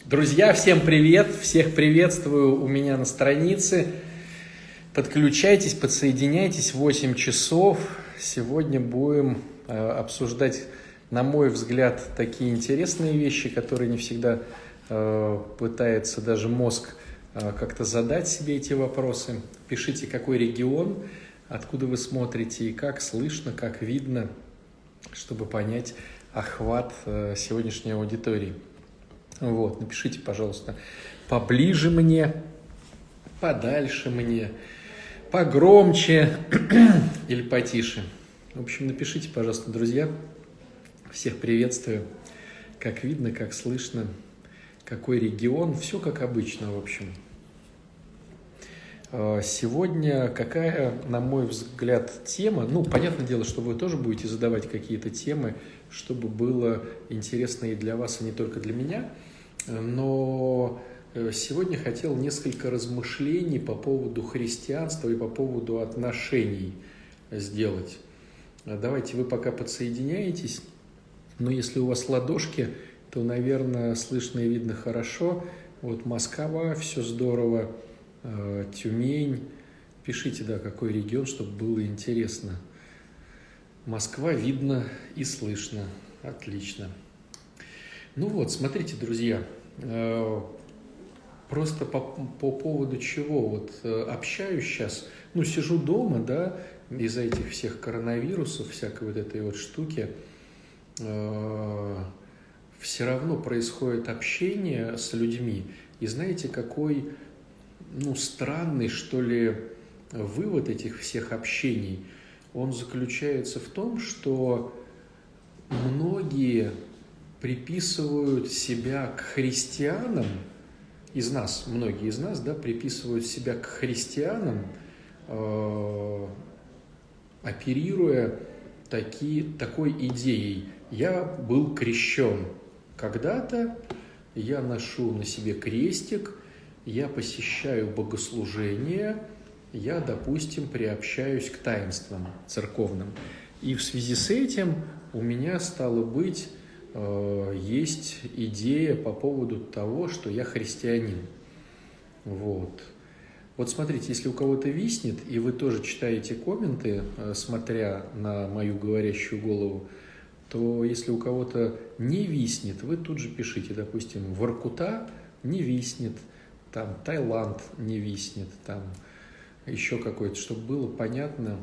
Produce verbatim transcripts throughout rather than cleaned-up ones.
Друзья, всем привет! Всех приветствую у меня на странице. Подключайтесь, подсоединяйтесь. восемь часов. Сегодня будем э, обсуждать, на мой взгляд, такие интересные вещи, которые не всегда э, пытается даже мозг э, как-то задать себе эти вопросы. Пишите, какой регион, откуда вы смотрите и как слышно, как видно, чтобы понять охват э, сегодняшней аудитории. Вот, напишите, пожалуйста, поближе мне, подальше мне, погромче или потише. В общем, напишите, пожалуйста, друзья. Всех приветствую. Как видно, как слышно, какой регион. Все как обычно, в общем. Сегодня какая, на мой взгляд, тема? Ну, понятное дело, что вы тоже будете задавать какие-то темы, чтобы было интересно и для вас, и не только для меня. Но сегодня хотел несколько размышлений по поводу христианства и по поводу отношений сделать. Давайте вы пока подсоединяетесь. Но если у вас ладошки, то, наверное, слышно и видно хорошо. Вот Москва, все здорово. Тюмень. Пишите, да, какой регион, чтобы было интересно. Москва видно и слышно. Отлично. Ну вот, смотрите, друзья, просто по, по поводу чего вот общаюсь сейчас, ну, сижу дома, да, из-за этих всех коронавирусов, всякой вот этой вот штуки, все равно происходит общение с людьми. И знаете, какой, ну, странный, что ли, вывод этих всех общений, он заключается в том, что многие приписывают себя к христианам, из нас, многие из нас, да, приписывают себя к христианам, э, оперируя таки, такой идеей. Я был крещен когда-то, я ношу на себе крестик, я посещаю богослужения, я, допустим, приобщаюсь к таинствам церковным. И в связи с этим у меня стало быть, э, есть идея по поводу того, что я христианин. Вот. Вот смотрите, если у кого-то виснет, и вы тоже читаете комменты, э, смотря на мою говорящую голову, то если у кого-то не виснет, вы тут же пишите, допустим, Воркута не виснет, там Таиланд не виснет, там еще какой-то, чтобы было понятно,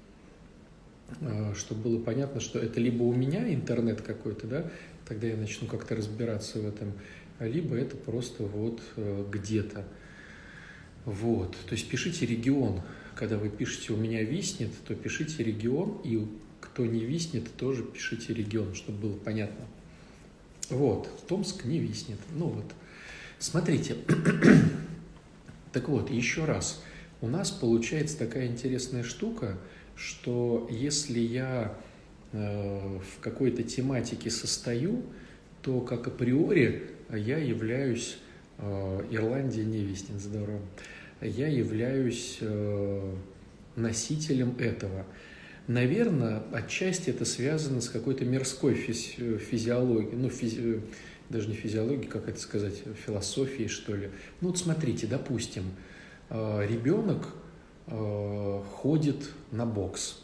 чтобы было понятно, что это либо у меня интернет какой-то, да, тогда я начну как-то разбираться в этом, либо это просто вот где-то. Вот, то есть пишите регион, когда вы пишете «у меня виснет», то пишите регион, и кто не виснет, тоже пишите регион, чтобы было понятно. Вот, Томск не виснет, ну вот. Смотрите, так вот, еще раз, у нас получается такая интересная штука, что если я э, в какой-то тематике состою, то как априори я являюсь, э, Ирландия не виснет, здорово, я являюсь э, носителем этого. Наверное, отчасти это связано с какой-то мирской физи- физиологией, ну, физи- даже не физиологией, как это сказать, философией, что ли. Ну, вот смотрите, допустим, э, ребенок э, ходит на бокс.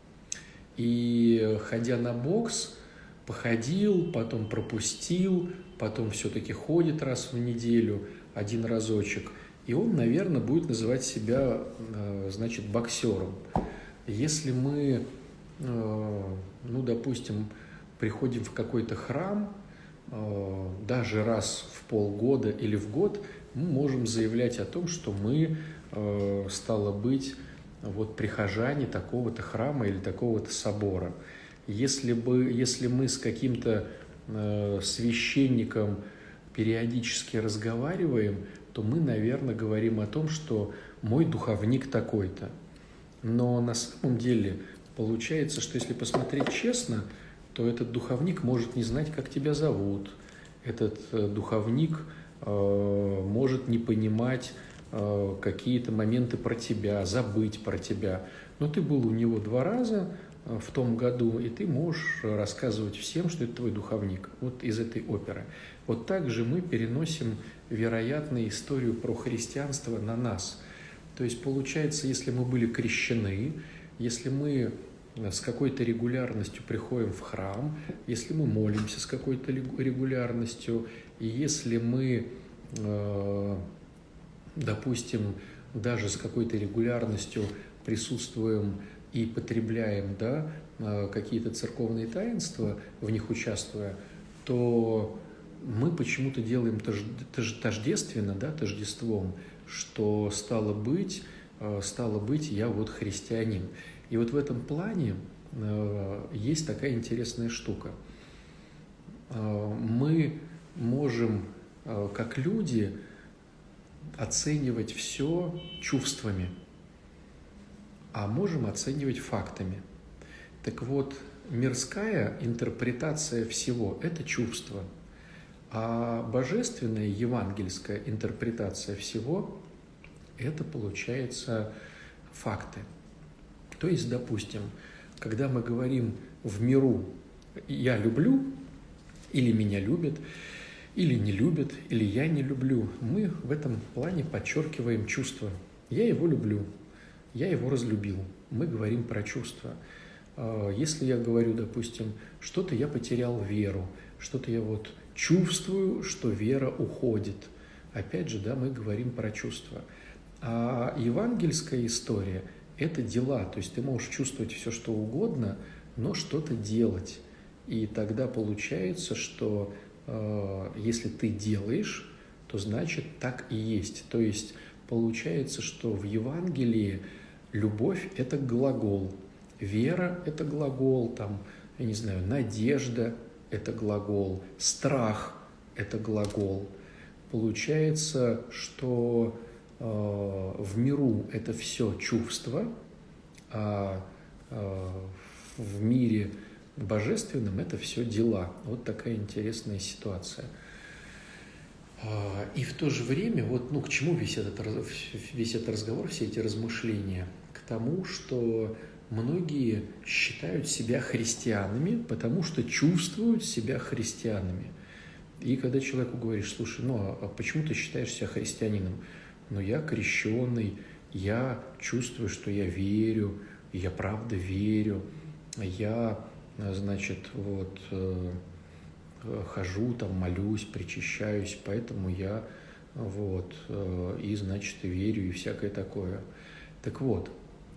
И, ходя на бокс, походил, потом пропустил, потом все-таки ходит раз в неделю, один разочек. И он, наверное, будет называть себя, э, значит, боксером. Если мы, э, ну, допустим, приходим в какой-то храм, э, даже раз в полгода или в год, мы можем заявлять о том, что мы, э, стало быть, вот прихожане такого-то храма или такого-то собора. Если бы, если мы с каким-то э, священником периодически разговариваем, то мы, наверное, говорим о том, что мой духовник такой-то. Но на самом деле получается, что если посмотреть честно, то этот духовник может не знать, как тебя зовут. Этот э, духовник э, может не понимать э, какие-то моменты про тебя, забыть про тебя. Но ты был у него два раза, в том году, и ты можешь рассказывать всем, что это твой духовник, вот из этой оперы. Вот так же мы переносим, вероятно, историю про христианство на нас. То есть, получается, если мы были крещены, если мы с какой-то регулярностью приходим в храм, если мы молимся с какой-то регулярностью, и если мы, допустим, даже с какой-то регулярностью присутствуем и потребляем, да, какие-то церковные таинства, в них участвуя, то мы почему-то делаем тождественно, да, тождеством, что стало быть, стало быть, я вот христианин. И вот в этом плане есть такая интересная штука. Мы можем, как люди, оценивать все чувствами, а можем оценивать фактами. Так вот, мирская интерпретация всего – это чувство, а божественная евангельская интерпретация всего – это, получается, факты. То есть, допустим, когда мы говорим в миру «я люблю» или «меня любят», или «не любят», или «я не люблю», мы в этом плане подчеркиваем чувство. «Я его люблю», «я его разлюбил». Мы говорим про чувства. Если я говорю, допустим, что-то я потерял веру, что-то я вот чувствую, что вера уходит. Опять же, да, мы говорим про чувства. А евангельская история – это дела. То есть ты можешь чувствовать все, что угодно, но что-то делать. И тогда получается, что э, если ты делаешь, то значит так и есть. То есть получается, что в Евангелии любовь – это глагол, вера – это глагол, там, я не знаю, надежда – это глагол, страх – это глагол. Получается, что э, в миру это все чувства, а э, в мире божественном это все дела. Вот такая интересная ситуация. И в то же время, вот, ну, к чему весь этот, весь этот разговор, все эти размышления? К тому, что многие считают себя христианами, потому что чувствуют себя христианами. И когда человеку говоришь: слушай, ну а почему ты считаешь себя христианином? Ну, я крещенный, я чувствую, что я верю, я правда верю, я, значит, вот хожу, там, молюсь, причащаюсь, поэтому я вот, и, значит, верю, и всякое такое. Так вот,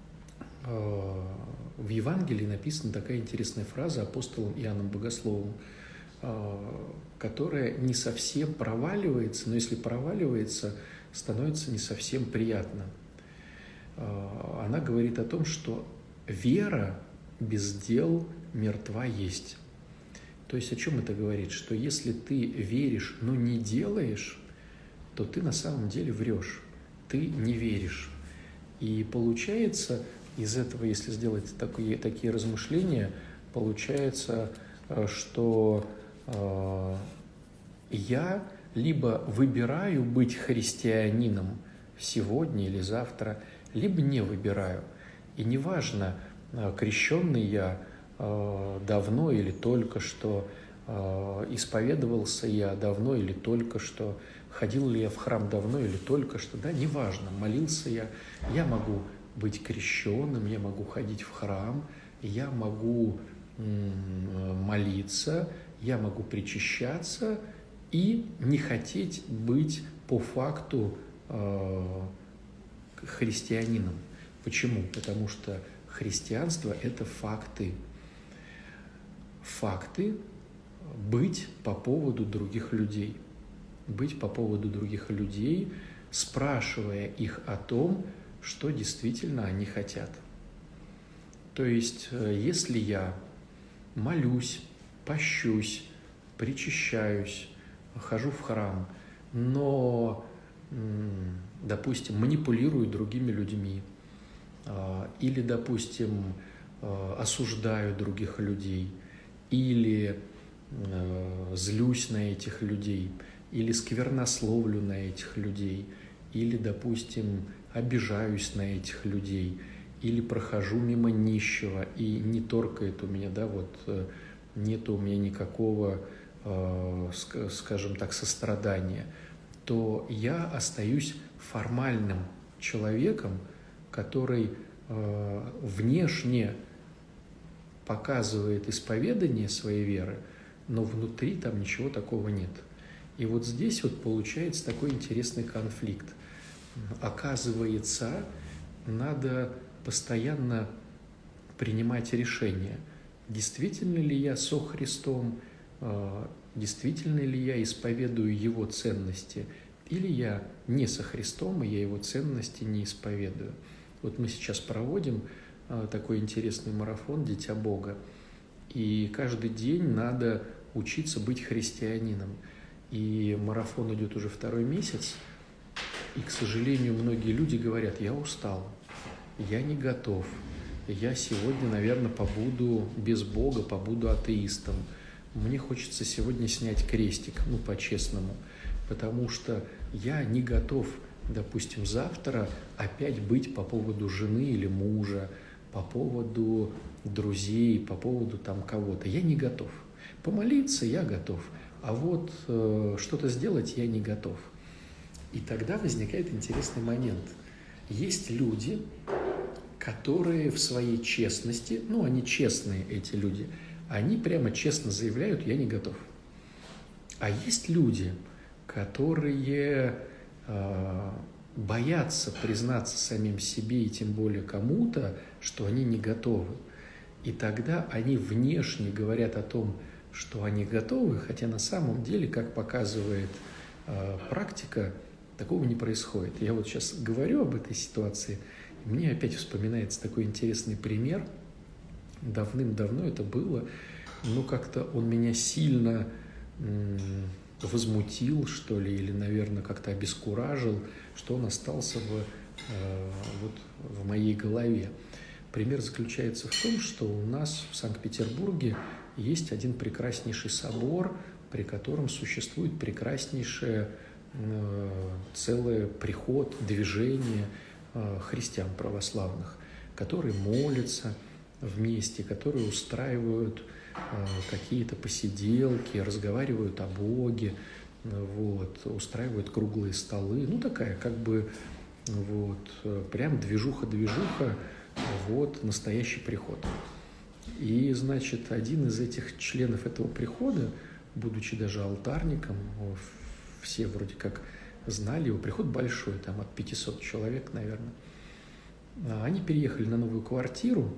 в Евангелии написана такая интересная фраза апостолом Иоанном Богословом, которая не совсем проваливается, но если проваливается, становится не совсем приятно. Она говорит о том, что вера без дел мертва есть. То есть о чем это говорит? Что если ты веришь, но не делаешь, то ты на самом деле врешь, ты не веришь. И получается из этого, если сделать такие, такие размышления, получается, что э, я либо выбираю быть христианином сегодня или завтра, либо не выбираю. И неважно, крещенный я э, давно или только что, э, исповедовался я давно или только что, ходил ли я в храм давно или только что, да, неважно, молился я, я могу быть крещенным, я могу ходить в храм, я могу м- молиться, я могу причащаться и не хотеть быть по факту э, христианином. Почему? Потому что христианство – это факты. Факты быть по поводу других людей. Быть по поводу других людей, спрашивая их о том, что действительно они хотят. То есть, если я молюсь, пощусь, причащаюсь, хожу в храм, но, допустим, манипулирую другими людьми, или, допустим, осуждаю других людей, или злюсь на этих людей, или сквернословлю на этих людей, или, допустим, обижаюсь на этих людей, или прохожу мимо нищего, и не торкает у меня, да, вот нет у меня никакого, скажем так, сострадания, то я остаюсь формальным человеком, который внешне показывает исповедание своей веры, но внутри там ничего такого нет. И вот здесь вот получается такой интересный конфликт. Оказывается, надо постоянно принимать решение, действительно ли я со Христом, действительно ли я исповедую Его ценности, или я не со Христом, и я Его ценности не исповедую. Вот мы сейчас проводим такой интересный марафон «Дитя Бога», и каждый день надо учиться быть христианином. И марафон идет уже второй месяц, и, к сожалению, многие люди говорят: я устал, я не готов, я сегодня, наверное, побуду без Бога, побуду атеистом. Мне хочется сегодня снять крестик, ну, по-честному, потому что я не готов, допустим, завтра опять быть по поводу жены или мужа, по поводу друзей, по поводу там кого-то. Я не готов. Помолиться я готов, а вот э, что-то сделать я не готов. И тогда возникает интересный момент. Есть люди, которые в своей честности, ну, они честные, эти люди, они прямо честно заявляют: я не готов. А есть люди, которые э, боятся признаться самим себе и тем более кому-то, что они не готовы. И тогда они внешне говорят о том, что они готовы, хотя на самом деле, как показывает э, практика, такого не происходит. Я вот сейчас говорю об этой ситуации, и мне опять вспоминается такой интересный пример. Давным-давно это было, но как-то он меня сильно м- возмутил, что ли, или, наверное, как-то обескуражил, что он остался в, э, вот, в моей голове. Пример заключается в том, что у нас в Санкт-Петербурге есть один прекраснейший собор, при котором существует прекраснейшее э, целый приход, движение э, христиан православных, которые молятся вместе, которые устраивают э, какие-то посиделки, разговаривают о Боге, вот, устраивают круглые столы. Ну, такая как бы вот, прям движуха-движуха, вот, настоящий приход. И, значит, один из этих членов этого прихода, будучи даже алтарником, все вроде как знали, его приход большой, там от пятисот человек, наверное, они переехали на новую квартиру,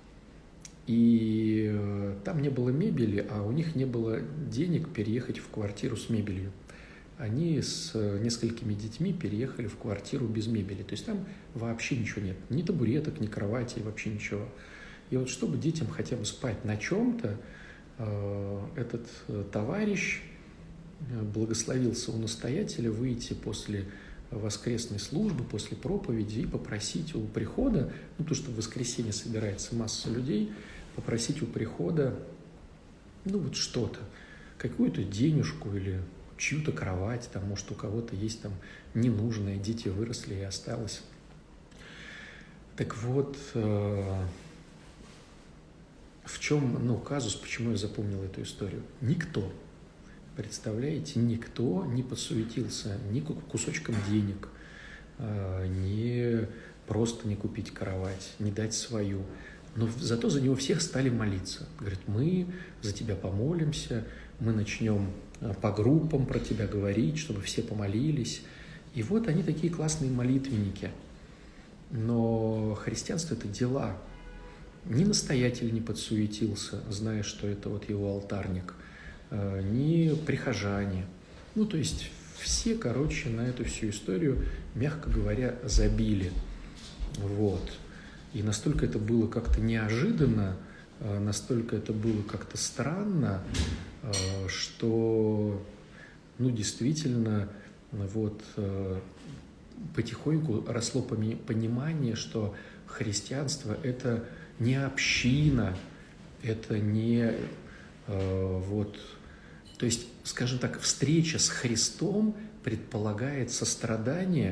и там не было мебели, а у них не было денег переехать в квартиру с мебелью. Они с несколькими детьми переехали в квартиру без мебели. То есть там вообще ничего нет. Ни табуреток, ни кровати, вообще ничего. И вот чтобы детям хотя бы спать на чем-то, этот товарищ благословился у настоятеля выйти после воскресной службы, после проповеди и попросить у прихода, ну то, что в воскресенье собирается масса людей, попросить у прихода, ну вот что-то, какую-то денежку или чью-то кровать, там, может, у кого-то есть там ненужное, дети выросли и осталось. Так вот, э, в чем, ну, казус, почему я запомнил эту историю? Никто, представляете, никто не подсуетился ни кусочком денег, э, ни просто не купить кровать, не дать свою. Но зато за него всех стали молиться. Говорят: мы за тебя помолимся, мы начнем по группам про тебя говорить, чтобы все помолились. И вот они такие классные молитвенники. Но христианство – это дела. Ни настоятель не подсуетился, зная, что это вот его алтарник, ни прихожане. Ну, то есть все, короче, на эту всю историю, мягко говоря, забили. Вот. И настолько это было как-то неожиданно, настолько это было как-то странно, что, ну, действительно, вот потихоньку росло понимание, что христианство – это не община, это не вот, то есть, скажем так, встреча с Христом предполагает сострадание,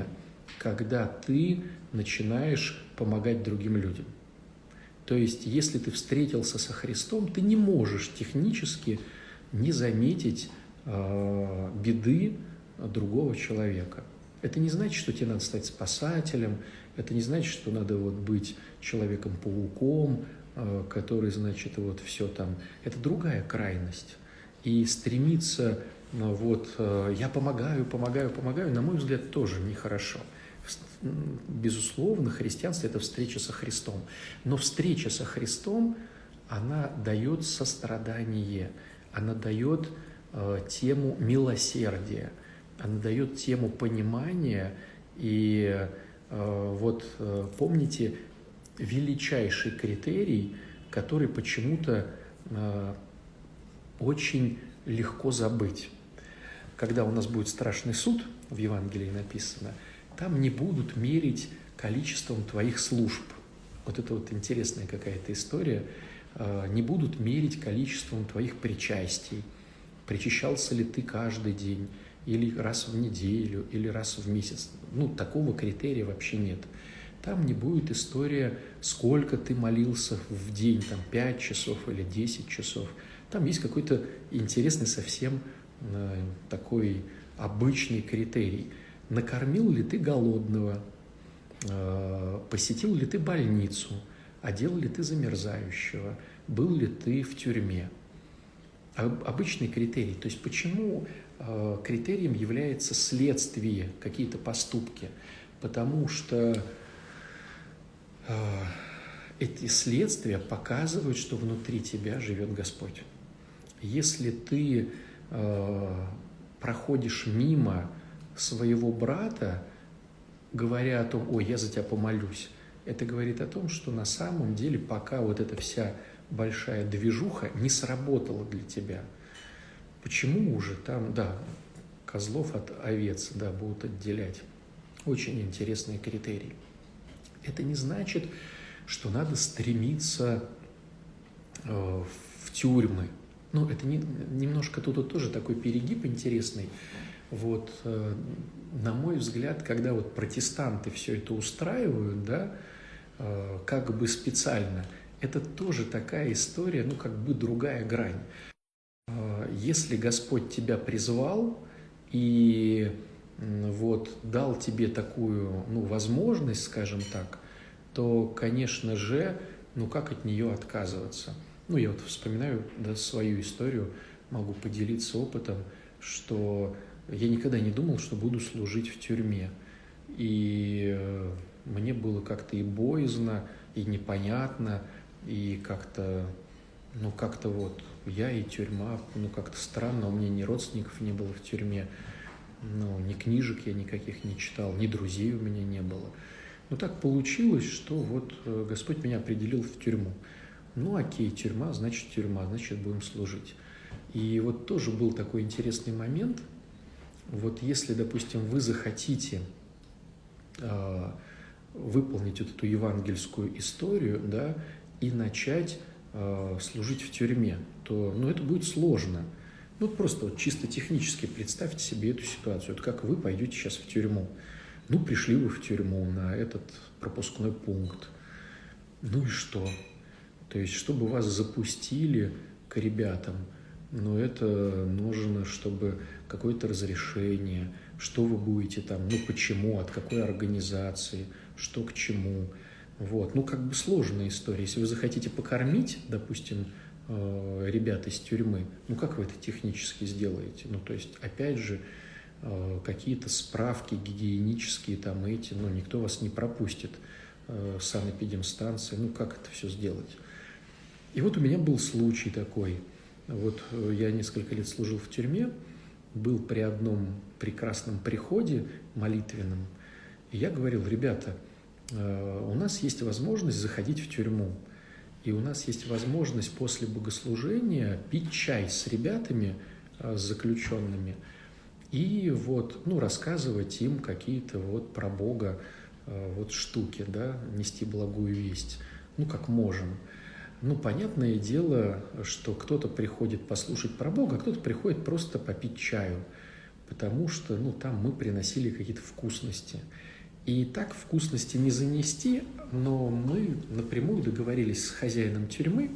когда ты начинаешь помогать другим людям. То есть, если ты встретился со Христом, ты не можешь технически не заметить э, беды другого человека. Это не значит, что тебе надо стать спасателем, это не значит, что надо вот быть человеком-пауком, э, который, значит, вот все там. Это другая крайность. И стремиться, ну, вот, э, я помогаю, помогаю, помогаю, на мой взгляд, тоже нехорошо. Безусловно, христианство – это встреча со Христом. Но встреча со Христом, она дает сострадание, она дает э, тему милосердия, она дает тему понимания. И э, вот э, помните, величайший критерий, который почему-то э, очень легко забыть. Когда у нас будет страшный суд, в Евангелии написано, там не будут мерить количеством твоих служб. Вот это вот интересная какая-то история. Не будут мерить количеством твоих причастий. Причащался ли ты каждый день, или раз в неделю, или раз в месяц. Ну, такого критерия вообще нет. Там не будет история, сколько ты молился в день, там пять часов или десять часов. Там есть какой-то интересный совсем э, такой обычный критерий. Накормил ли ты голодного, посетил ли ты больницу, одел ли ты замерзающего, был ли ты в тюрьме. Обычный критерий. То есть почему критерием является следствие, какие-то поступки? Потому что эти следствия показывают, что внутри тебя живет Господь. Если ты проходишь мимо своего брата, говоря о том, ой, я за тебя помолюсь, это говорит о том, что на самом деле пока вот эта вся большая движуха не сработала для тебя. Почему уже там, да, козлов от овец, да, будут отделять? Очень интересный критерий. Это не значит, что надо стремиться э, в тюрьмы. Ну, это не, немножко тут вот тоже такой перегиб интересный. Вот, э, на мой взгляд, когда вот протестанты все это устраивают, да, э, как бы специально, это тоже такая история, ну, как бы другая грань. Э, если Господь тебя призвал и э, вот дал тебе такую, ну, возможность, скажем так, то, конечно же, ну, как от нее отказываться? Ну, я вот вспоминаю, да, свою историю, могу поделиться опытом, что я никогда не думал, что буду служить в тюрьме. И мне было как-то и боязно, и непонятно, и как-то, ну, как-то вот я и тюрьма, ну, как-то странно, у меня ни родственников не было в тюрьме, ну, ни книжек я никаких не читал, ни друзей у меня не было. Но так получилось, что вот Господь меня определил в тюрьму. Ну, окей, тюрьма, значит, тюрьма, значит, будем служить. И вот тоже был такой интересный момент. Вот если, допустим, вы захотите э, выполнить вот эту евангельскую историю, да, и начать э, служить в тюрьме, то, ну, это будет сложно. Ну, просто вот чисто технически представьте себе эту ситуацию. Вот как вы пойдете сейчас в тюрьму. Ну, пришли вы в тюрьму на этот пропускной пункт. Ну и что? То есть, чтобы вас запустили к ребятам, но это нужно, чтобы какое-то разрешение, что вы будете там, ну почему, от какой организации, что к чему. Вот. Ну, как бы сложная история. Если вы захотите покормить, допустим, ребят из тюрьмы, ну как вы это технически сделаете? Ну, то есть, опять же, какие-то справки гигиенические там эти, ну, никто вас не пропустит, санэпидемстанция, ну, как это все сделать? И вот у меня был случай такой. Вот я несколько лет служил в тюрьме, был при одном прекрасном приходе молитвенном, и я говорил, ребята, у нас есть возможность заходить в тюрьму, и у нас есть возможность после богослужения пить чай с ребятами, с заключенными, и вот, ну, рассказывать им какие-то вот про Бога вот штуки, да, нести благую весть, ну, как можем. Ну, понятное дело, что кто-то приходит послушать про Бога, а кто-то приходит просто попить чаю, потому что, ну, там мы приносили какие-то вкусности. И так вкусности не занести, но мы напрямую договорились с хозяином тюрьмы,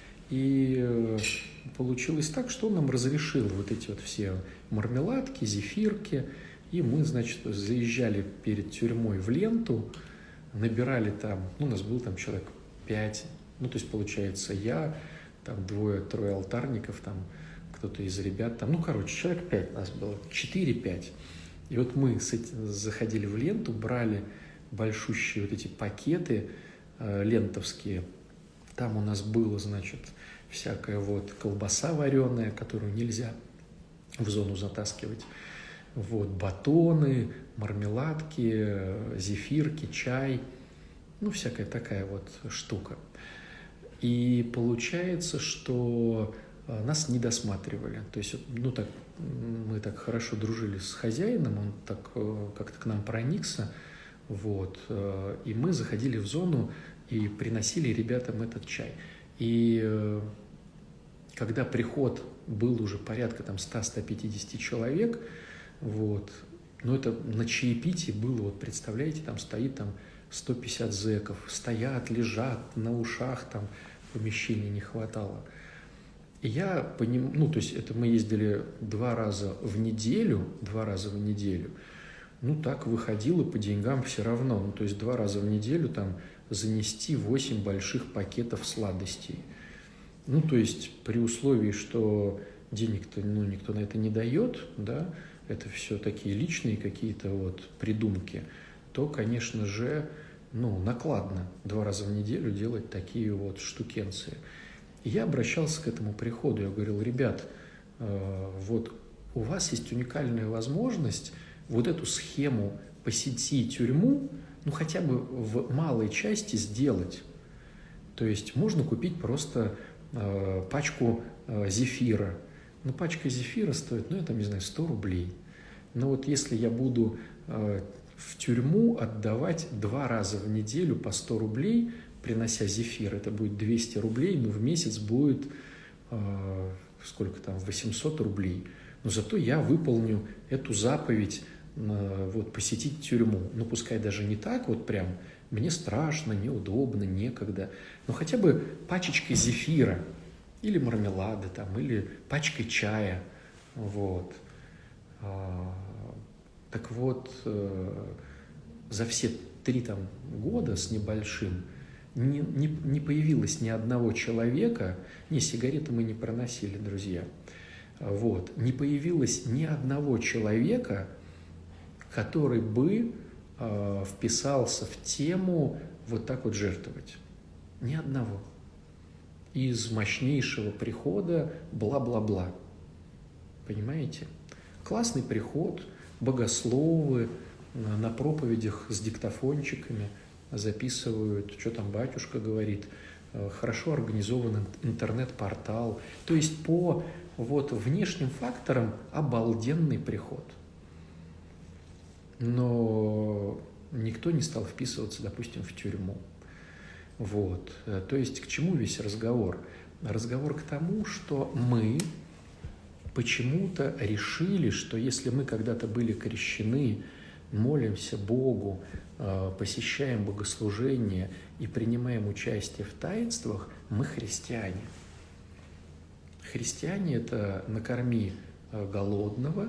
и получилось так, что он нам разрешил вот эти вот все мармеладки, зефирки, и мы, значит, заезжали перед тюрьмой в ленту, набирали там, ну, у нас было там человек пять, ну, то есть, получается, я, там двое-трое алтарников, там кто-то из ребят, там, ну, короче, человек пять нас было, четыре-пять. И вот мы с этим заходили в ленту, брали большущие вот эти пакеты э, лентовские. Там у нас было, значит, всякая вот колбаса вареная, которую нельзя в зону затаскивать. Вот, батоны, мармеладки, зефирки, чай. Ну, всякая такая вот штука. И получается, что нас не досматривали. То есть, ну, так, мы так хорошо дружили с хозяином, он так как-то к нам проникся, вот, и мы заходили в зону и приносили ребятам этот чай. И когда приход был уже порядка там сто-сто пятьдесят человек, вот, но это на чаепитии было, вот представляете, там стоит там сто пятьдесят зэков, стоят, лежат, на ушах там помещений не хватало. И я по ним, ну, то есть это мы ездили два раза в неделю, два раза в неделю, ну, так выходило по деньгам все равно, ну, то есть два раза в неделю там занести восемь больших пакетов сладостей. Ну, то есть при условии, что денег-то, ну, никто на это не дает, да, это все такие личные какие-то вот придумки, то, конечно же, ну, накладно два раза в неделю делать такие вот штукенции. И я обращался к этому приходу, я говорил: ребят, э, вот у вас есть уникальная возможность вот эту схему по сети тюрьму, ну, хотя бы в малой части сделать. То есть можно купить просто э, пачку э, зефира. Ну, пачка зефира стоит, ну, я там, не знаю, сто рублей. Но вот если я буду э, в тюрьму отдавать два раза в неделю по сто рублей, принося зефир, это будет двести рублей, но в месяц будет э, сколько там, восемьсот рублей. Но зато я выполню эту заповедь, э, вот, посетить тюрьму. Ну, пускай даже не так вот прям, мне страшно, неудобно, некогда, но хотя бы пачечкой зефира или мармелада там, или пачкой чая, вот. Так вот, за все три там года с небольшим не, не, не появилось ни одного человека, не, сигареты мы не проносили, друзья, вот, не появилось ни одного человека, который бы э, вписался в тему вот так вот жертвовать. Ни одного. Из мощнейшего прихода бла-бла-бла. Понимаете? Классный приход, богословы на проповедях с диктофончиками записывают, что там батюшка говорит, хорошо организован интернет-портал. То есть по вот внешним факторам обалденный приход. Но никто не стал вписываться, допустим, в тюрьму. Вот. То есть к чему весь разговор? Разговор к тому, что мы почему-то решили, что если мы когда-то были крещены, молимся Богу, посещаем богослужения и принимаем участие в таинствах, мы христиане. Христиане – это накорми голодного,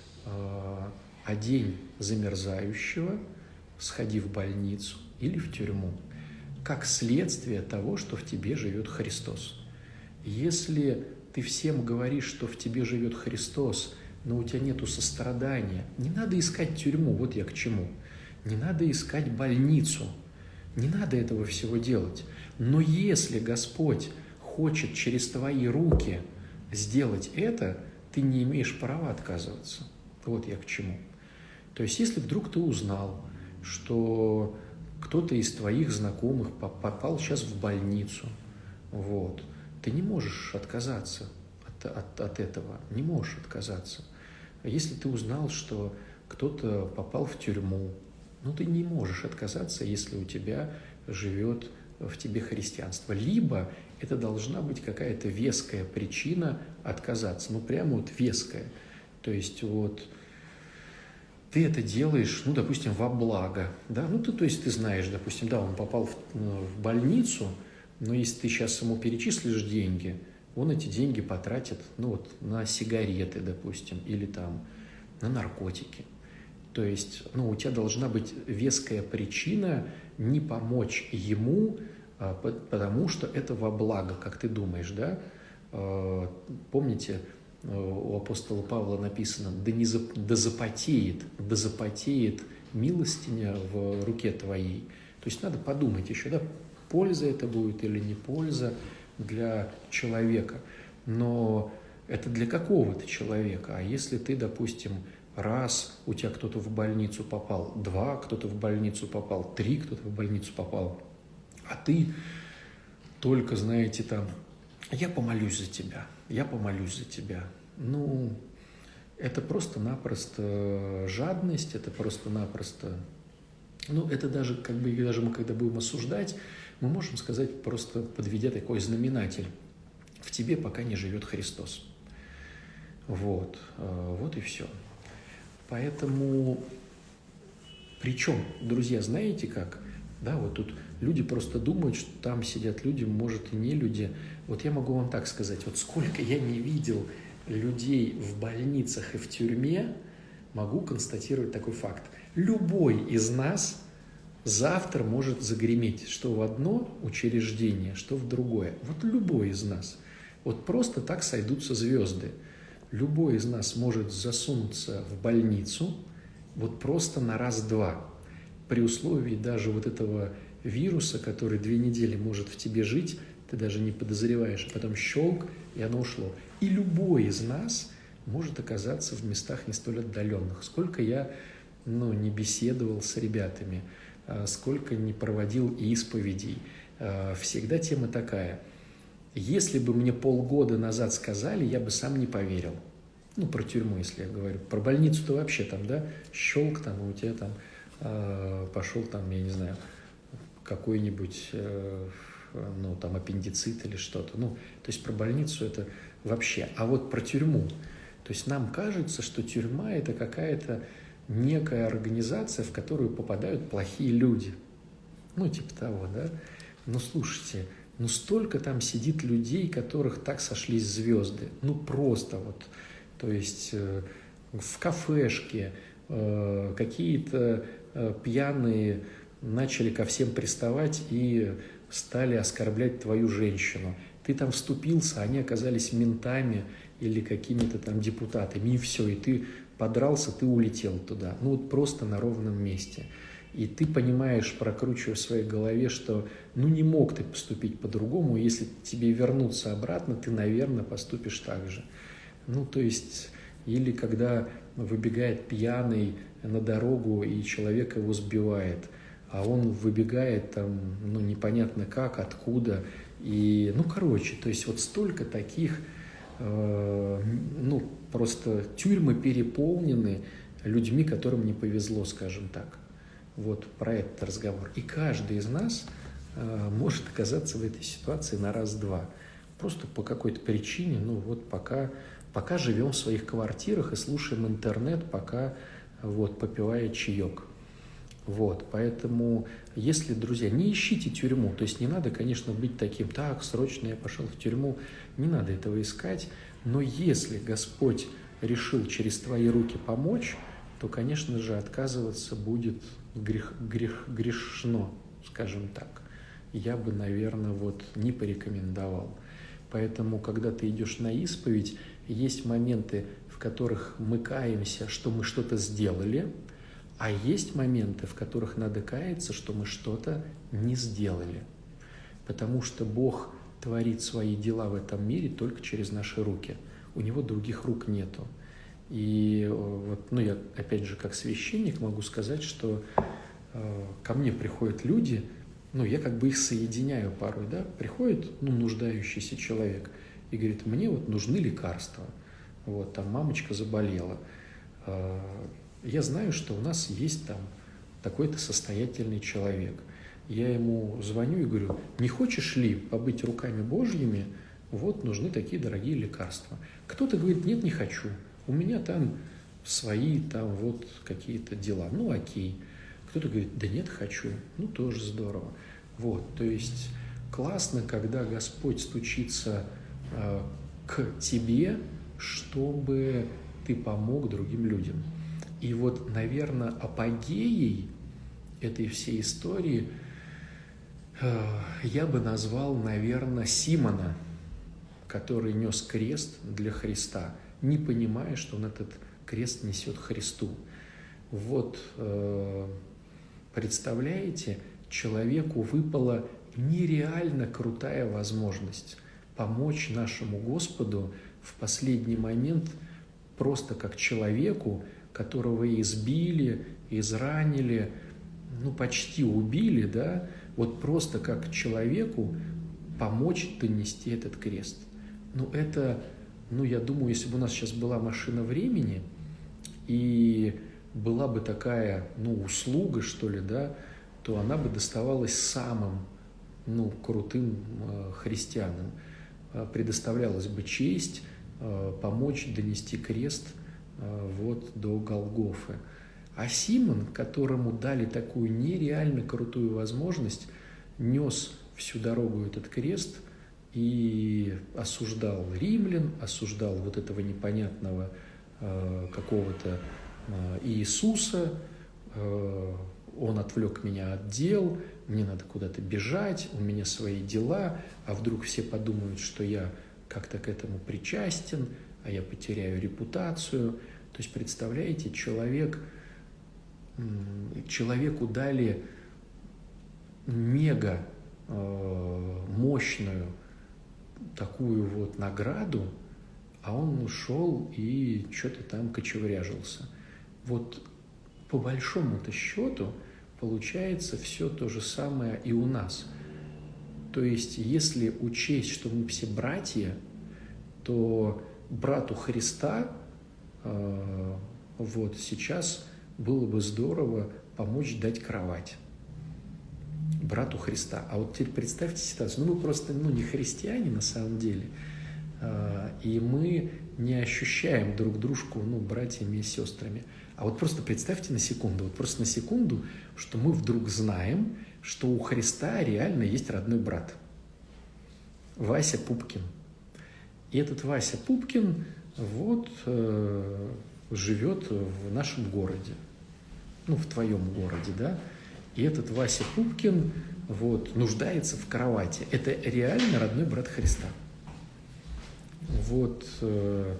одень замерзающего, сходи в больницу или в тюрьму, как следствие того, что в тебе живет Христос. Если ты всем говоришь, что в тебе живет Христос, но у тебя нету сострадания, не надо искать тюрьму, вот я к чему. Не надо искать больницу, не надо этого всего делать. Но если Господь хочет через твои руки сделать это, ты не имеешь права отказываться. Вот я к чему. То есть, если вдруг ты узнал, что кто-то из твоих знакомых попал сейчас в больницу, вот, ты не можешь отказаться от, от, от этого, не можешь отказаться. Если ты узнал, что кто-то попал в тюрьму, ну, ты не можешь отказаться, если у тебя живет в тебе христианство. Либо это должна быть какая-то веская причина отказаться, ну, прямо вот веская. То есть вот ты это делаешь, ну, допустим, во благо, да, ну, ты, то есть ты знаешь, допустим, да, он попал в, ну, в больницу, но если ты сейчас ему перечислишь деньги, он эти деньги потратит, ну, вот, на сигареты, допустим, или там на наркотики. То есть, ну, у тебя должна быть веская причина не помочь ему, потому что это во благо, как ты думаешь, да? Помните, у апостола Павла написано: «Да, не зап... да запотеет, да запотеет милостиня в руке твоей». То есть надо подумать еще, да, польза это будет или не польза для человека. Но это для какого-то человека. А если ты, допустим, раз у тебя кто-то в больницу попал, два кто-то в больницу попал, три кто-то в больницу попал, а ты только, знаете, там, я помолюсь за тебя, я помолюсь за тебя. Ну, это просто-напросто жадность, это просто-напросто, ну, это даже, как бы, даже мы, когда будем осуждать, мы можем сказать, просто подведя такой знаменатель: в тебе пока не живет Христос. Вот, вот и все. Поэтому, причем, друзья, знаете как? Да, вот тут люди просто думают, что там сидят люди, может, и не люди. Вот я могу вам так сказать, вот сколько я не видел людей в больницах и в тюрьме, могу констатировать такой факт. Любой из нас завтра может загреметь, что в одно учреждение, что в другое. Вот любой из нас. Вот просто так сойдутся звезды. Любой из нас может засунуться в больницу вот просто на раз-два. При условии даже вот этого вируса, который две недели может в тебе жить, ты даже не подозреваешь, а потом щелк, и оно ушло. И любой из нас может оказаться в местах не столь отдаленных. Сколько я, ну, не беседовал с ребятами, сколько не проводил исповедей, всегда тема такая: если бы мне полгода назад сказали, я бы сам не поверил. Ну, про тюрьму, если я говорю. Про больницу-то вообще там, да, щелк там, у тебя там э, пошел там, я не знаю, какой-нибудь, э, ну, там, аппендицит или что-то. Ну, то есть про больницу это вообще. А вот про тюрьму. То есть нам кажется, что тюрьма – это какая-то некая организация, в которую попадают плохие люди. Ну, типа того, да. Но слушайте, ну столько там сидит людей, которых так сошлись звезды. Ну просто вот, то есть э, в кафешке э, какие-то э, пьяные начали ко всем приставать и стали оскорблять твою женщину. Ты там вступился, они оказались ментами или какими-то там депутатами, и все, и ты подрался, ты улетел туда. Ну вот просто на ровном месте. И ты понимаешь, прокручивая в своей голове, что ну не мог ты поступить по-другому, если тебе вернуться обратно, ты, наверное, поступишь так же. Ну, то есть, или когда выбегает пьяный на дорогу, и человек его сбивает, а он выбегает там, ну, непонятно как, откуда. И, ну, короче, то есть вот столько таких, э, ну, просто тюрьмы переполнены людьми, которым не повезло, скажем так. Вот про этот разговор. И каждый из нас э, может оказаться в этой ситуации на раз-два. Просто по какой-то причине, ну вот пока, пока живем в своих квартирах и слушаем интернет, пока вот попивая чаек. Вот, поэтому, если, друзья, не ищите тюрьму, то есть не надо, конечно, быть таким: так, срочно я пошел в тюрьму, не надо этого искать, но если Господь решил через твои руки помочь, то, конечно же, отказываться будет грех, грех, грешно, скажем так. Я бы, наверное, вот не порекомендовал. Поэтому, когда ты идешь на исповедь, есть моменты, в которых мы каемся, что мы что-то сделали, а есть моменты, в которых надо каяться, что мы что-то не сделали. Потому что Бог творит свои дела в этом мире только через наши руки. У Него других рук нету. И вот, ну, я, опять же, как священник могу сказать, что э, ко мне приходят люди, ну, я как бы их соединяю порой, да, приходит, ну, нуждающийся человек и говорит: мне вот нужны лекарства, вот, там мамочка заболела, э, я знаю, что у нас есть там такой-то состоятельный человек, я ему звоню и говорю: не хочешь ли побыть руками Божьими, вот, нужны такие дорогие лекарства. Кто-то говорит: нет, не хочу. У меня там свои там вот какие-то дела. Ну, окей. Кто-то говорит, да нет, хочу. Ну, тоже здорово. Вот, то есть классно, когда Господь стучится э, к тебе, чтобы ты помог другим людям. И вот, наверное, апогеей этой всей истории э, я бы назвал, наверное, Симона, который нес крест для Христа, не понимая, что он этот крест несет Христу. Вот, э, представляете, человеку выпала нереально крутая возможность помочь нашему Господу в последний момент просто как человеку, которого избили, изранили, ну, почти убили, да, вот просто как человеку помочь донести этот крест. Ну, это, ну, я думаю, если бы у нас сейчас была машина времени, и была бы такая, ну, услуга, что ли, да, то она бы доставалась самым, ну, крутым э, христианам. Э, предоставлялась бы честь э, помочь донести крест э, вот до Голгофы. А Симон, которому дали такую нереально крутую возможность, нес всю дорогу этот крест и осуждал римлян, осуждал вот этого непонятного э, какого-то э, Иисуса. э, Он отвлек меня от дел, мне надо куда-то бежать, у меня свои дела, а вдруг все подумают, что я как-то к этому причастен, а я потеряю репутацию. То есть, представляете, человек, человеку дали мега мощную такую вот награду, а он ушел и что-то там кочевряжился. Вот по большому-то счету получается все то же самое и у нас. То есть, если учесть, что мы все братья, то брату Христа э, вот сейчас было бы здорово помочь дать кровать. Брату Христа. А вот теперь представьте ситуацию. Ну, мы просто ну, не христиане на самом деле, э, и мы не ощущаем друг дружку ну, братьями и сестрами. А вот просто представьте на секунду, вот просто на секунду, что мы вдруг знаем, что у Христа реально есть родной брат. Вася Пупкин. И этот Вася Пупкин вот э, живет в нашем городе. Ну, в твоем городе, да. И этот Вася Пупкин вот нуждается в кровати. Это реально родной брат Христа. Вот э,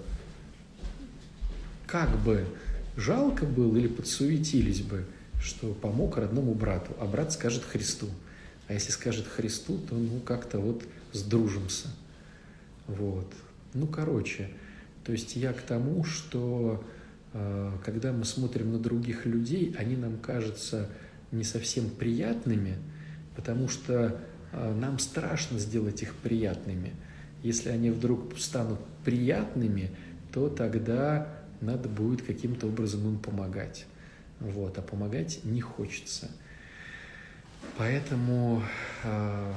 как бы жалко было или подсуетились бы, что помог родному брату, а брат скажет Христу. А если скажет Христу, то ну как-то вот сдружимся. Вот. Ну, короче, то есть я к тому, что э, когда мы смотрим на других людей, они нам кажутся не совсем приятными, потому что э, нам страшно сделать их приятными. Если они вдруг станут приятными, то тогда надо будет каким-то образом им помогать. Вот. А помогать не хочется. Поэтому, э,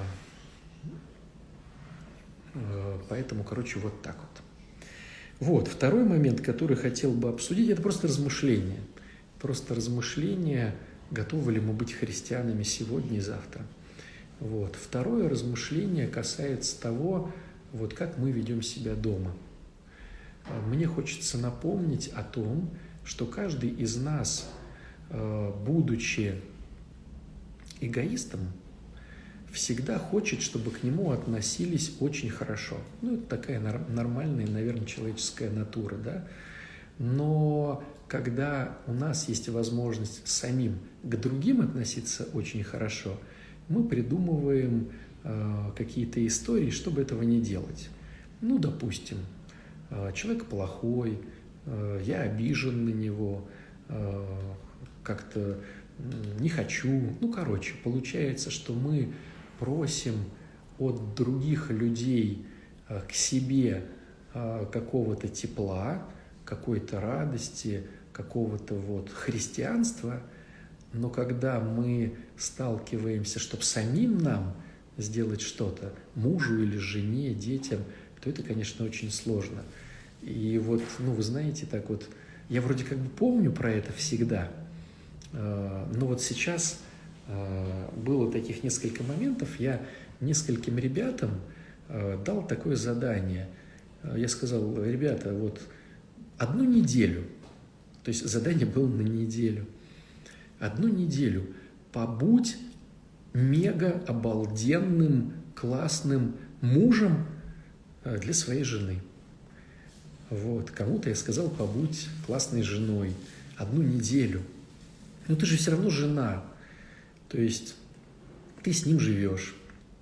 э, поэтому, короче, вот так вот. Вот. Второй момент, который хотел бы обсудить, это просто размышление. Просто размышление, готовы ли мы быть христианами сегодня и завтра. Вот. Второе размышление касается того, вот как мы ведем себя дома. Мне хочется напомнить о том, что каждый из нас, будучи эгоистом, всегда хочет, чтобы к нему относились очень хорошо. Ну, это такая нормальная, наверное, человеческая натура, да. Но когда у нас есть возможность самим к другим относиться очень хорошо, мы придумываем э, какие-то истории, чтобы этого не делать. Ну, допустим, э, человек плохой, э, я обижен на него, э, как-то не хочу. Ну, короче, получается, что мы просим от других людей э, к себе э, какого-то тепла, какой-то радости, какого-то вот христианства, но когда мы сталкиваемся, чтобы самим нам сделать что-то, мужу или жене, детям, то это, конечно, очень сложно. И вот, ну, вы знаете, так вот, Я вроде как бы помню про это всегда, но вот сейчас было таких несколько моментов, я нескольким ребятам дал такое задание. Я сказал: ребята, вот одну неделю, то есть задание было на неделю, одну неделю побудь мега обалденным, классным мужем для своей жены. Вот. Кому-то я сказал: побудь классной женой одну неделю. Но ты же все равно жена. То есть ты с ним живешь,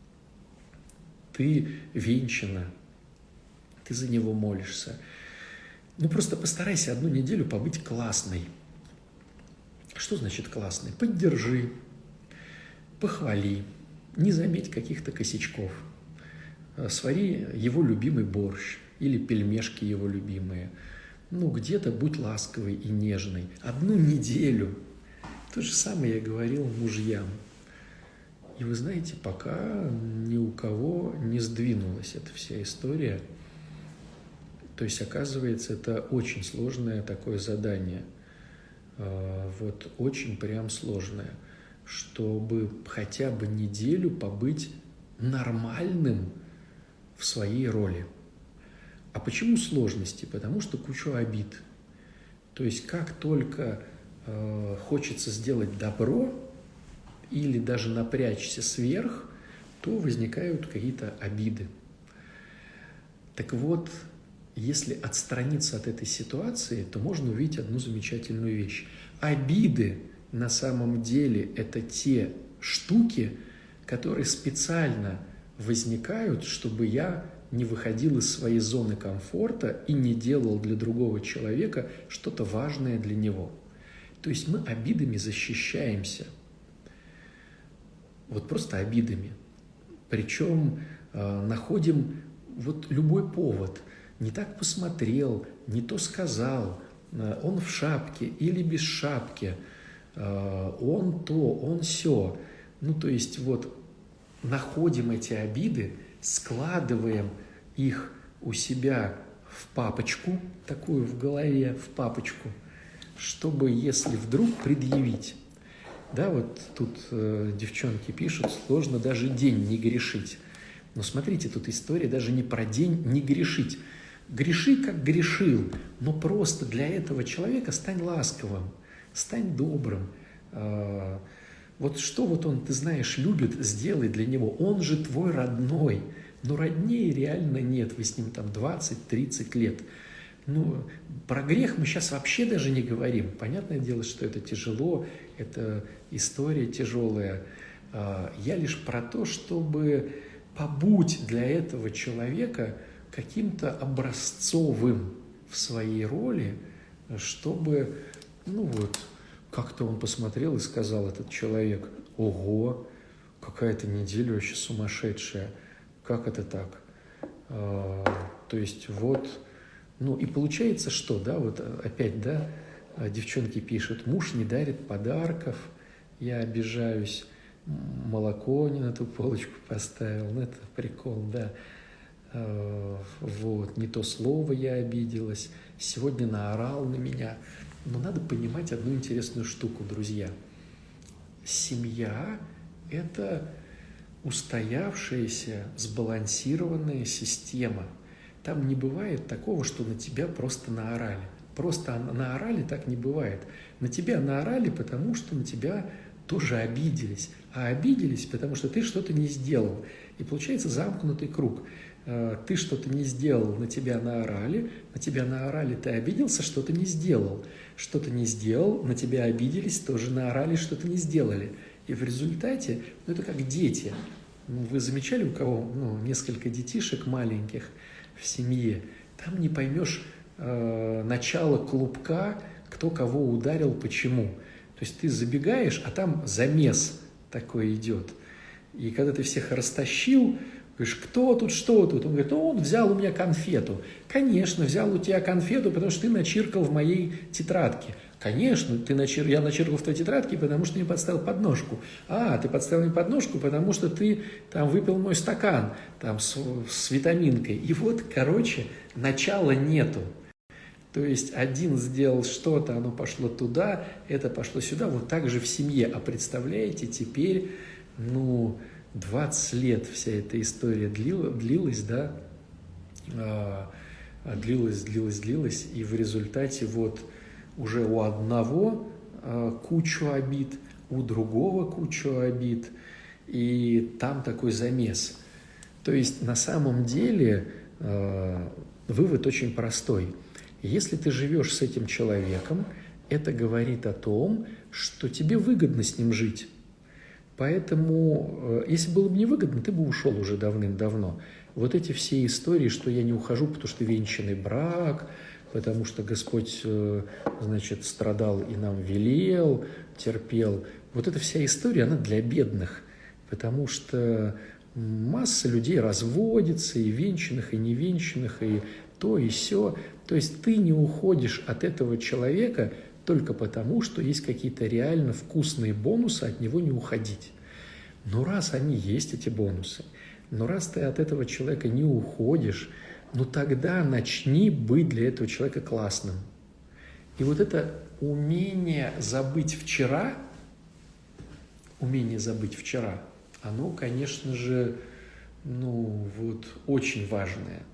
ты венчана, ты за него молишься. Ну просто постарайся одну неделю побыть классной. Что значит классной? Поддержи, похвали, не заметь каких-то косячков. Свари его любимый борщ или пельмешки его любимые. Ну, где-то будь ласковой и нежной. Одну неделю. То же самое я говорил мужьям. И вы знаете, пока ни у кого не сдвинулась эта вся история. То есть, оказывается, это очень сложное такое задание. Вот очень прям сложное. Чтобы хотя бы неделю побыть нормальным в своей роли. А почему сложности? Потому что куча обид. То есть, как только э, хочется сделать добро или даже напрячься сверх, то возникают какие-то обиды. Так вот, если отстраниться от этой ситуации, то можно увидеть одну замечательную вещь. Обиды на самом деле это те штуки, которые специально возникают, чтобы я не выходил из своей зоны комфорта и не делал для другого человека что-то важное для него. То есть мы обидами защищаемся. Вот просто обидами. Причем э, находим вот любой повод. Не так посмотрел, не то сказал, э, он в шапке или без шапки, э, он то, он сё. Ну, то есть вот находим эти обиды, складываем их у себя в папочку, такую в голове, в папочку, чтобы, если вдруг предъявить. Да, вот тут э, девчонки пишут, сложно даже день не грешить. Но смотрите, тут история даже не про день не грешить. Греши, как грешил, но просто для этого человека стань ласковым, стань добрым. Э, вот что вот он, ты знаешь, любит, сделай для него. Он же твой родной. Но роднее реально нет. Вы с ним там двадцать-тридцать лет. Ну, про грех мы сейчас вообще даже не говорим. Понятное дело, что это тяжело, это история тяжелая. Я лишь про то, чтобы побудь для этого человека каким-то образцовым в своей роли, чтобы, ну вот, как-то он посмотрел и сказал, этот человек: ого, какая-то неделя вообще сумасшедшая, как это так? А, то есть вот, ну и получается что, да, вот опять, да, девчонки пишут: муж не дарит подарков, я обижаюсь, молоко не на ту полочку поставил, ну это прикол, да. А, вот, не то слово я обиделась, сегодня наорал на меня. Но надо понимать одну интересную штуку, друзья. Семья – это устоявшаяся, сбалансированная система. Там не бывает такого, что на тебя просто наорали. Просто наорали так не бывает. На тебя наорали, потому что на тебя тоже обиделись. А обиделись, потому что ты что-то не сделал. И получается замкнутый круг. Ты что-то не сделал, на тебя наорали, на тебя наорали, ты обиделся, что-то не сделал. Что-то не сделал, на тебя обиделись, тоже наорали, что-то не сделали. И в результате, ну это как дети. Вы замечали, у кого ну, несколько детишек маленьких в семье, там не поймешь э, начало клубка, кто кого ударил, почему. То есть ты забегаешь, а там замес такой идет. И когда ты всех растащил, говоришь: кто тут, что тут? Он говорит: ну, он взял у меня конфету. Конечно, взял у тебя конфету, потому что ты начиркал в моей тетрадке. Конечно, ты начир... я начиркал в твоей тетрадке, потому что ты мне подставил подножку. А, ты подставил мне подножку, потому что ты там выпил мой стакан там, с, с витаминкой. И вот, короче, начала нету. То есть один сделал что-то, оно пошло туда, это пошло сюда, вот так же в семье. А представляете, теперь, ну, двадцать лет вся эта история длила, длилась, да, а, длилась, длилась, длилась, и в результате вот уже у одного а, кучу обид, у другого кучу обид, и там такой замес. То есть на самом деле а, вывод очень простой. Если ты живешь с этим человеком, это говорит о том, что тебе выгодно с ним жить. Поэтому, если было бы невыгодно, ты бы ушел уже давным-давно. Вот эти все истории, что я не ухожу, потому что венчанный брак, потому что Господь, значит, страдал и нам велел, терпел. Вот эта вся история, она для бедных, потому что масса людей разводится, и венчанных, и невенчанных, и то, и сё. То есть ты не уходишь от этого человека только потому, что есть какие-то реально вкусные бонусы, от него не уходить. Но раз они есть, эти бонусы, но раз ты от этого человека не уходишь, ну тогда начни быть для этого человека классным. И вот это умение забыть вчера, умение забыть вчера, оно, конечно же, ну вот очень важное.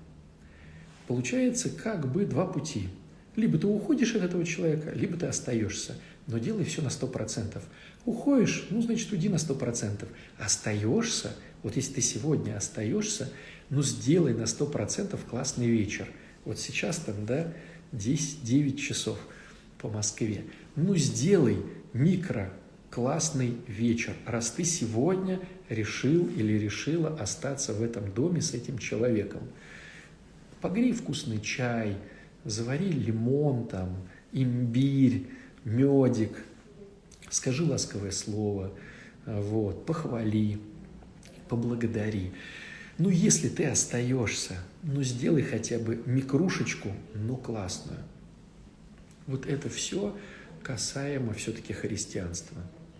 Получается как бы два пути. Либо ты уходишь от этого человека, либо ты остаешься. Но делай все на сто процентов. Уходишь, ну, значит, уйди на сто процентов. Остаешься, вот если ты сегодня остаешься, ну, сделай на сто процентов классный вечер. Вот сейчас там, да, десять-девять часов по Москве. Ну, сделай микро классный вечер, раз ты сегодня решил или решила остаться в этом доме с этим человеком. Погрей вкусный чай, завари лимон, там, имбирь, медик, скажи ласковое слово, вот, похвали, поблагодари. Ну, если ты остаешься, ну, сделай хотя бы микрушечку, но классную. Вот это все касаемо все-таки христианства.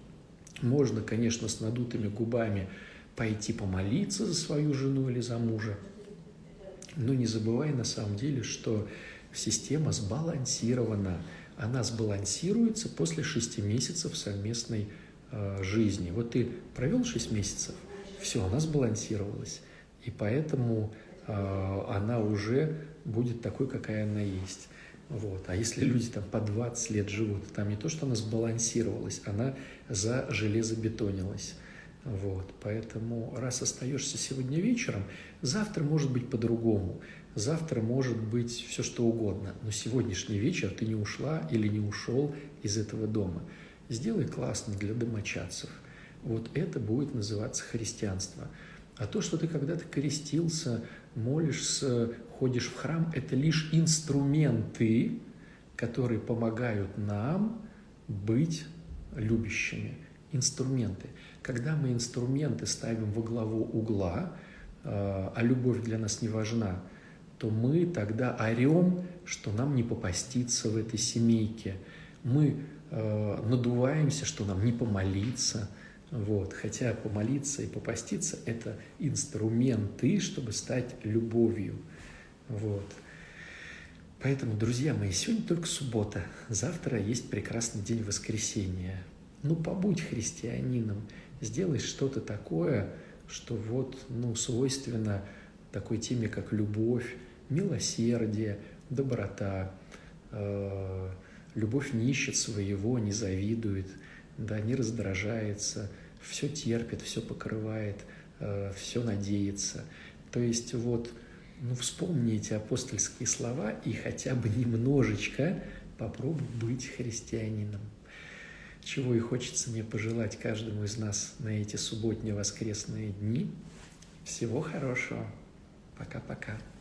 Можно, конечно, с надутыми губами пойти помолиться за свою жену или за мужа, но не забывай на самом деле, что система сбалансирована. Она сбалансируется после шести месяцев совместной э, жизни. Вот ты провел шесть месяцев, все, она сбалансировалась. И поэтому э, она уже будет такой, какая она есть. Вот. А если люди там по двадцать лет живут, там не то, что она сбалансировалась, она зажелезобетонилась. Вот. Поэтому раз остаешься сегодня вечером, завтра может быть по-другому. Завтра может быть все что угодно. Но сегодняшний вечер ты не ушла или не ушел из этого дома. Сделай классно для домочадцев. Вот это будет называться христианство. А то, что ты когда-то крестился, молишься, ходишь в храм, это лишь инструменты, которые помогают нам быть любящими. Инструменты. Когда мы инструменты ставим во главу угла, а любовь для нас не важна, то мы тогда орем, что нам не попаститься в этой семейке. Мы э, надуваемся, что нам не помолиться. Вот. Хотя помолиться и попаститься – это инструменты, чтобы стать любовью. Вот. Поэтому, друзья мои, сегодня только суббота. Завтра есть прекрасный день воскресения. Ну, побудь христианином, сделай что-то такое, что вот, ну, свойственно такой теме, как любовь, милосердие, доброта. Э, любовь не ищет своего, не завидует, да, не раздражается, все терпит, все покрывает, э, все надеется. То есть вот, ну, вспомни эти апостольские слова и хотя бы немножечко попробуй быть христианином. Чего и хочется мне пожелать каждому из нас на эти субботние воскресные дни. Всего хорошего. Пока-пока.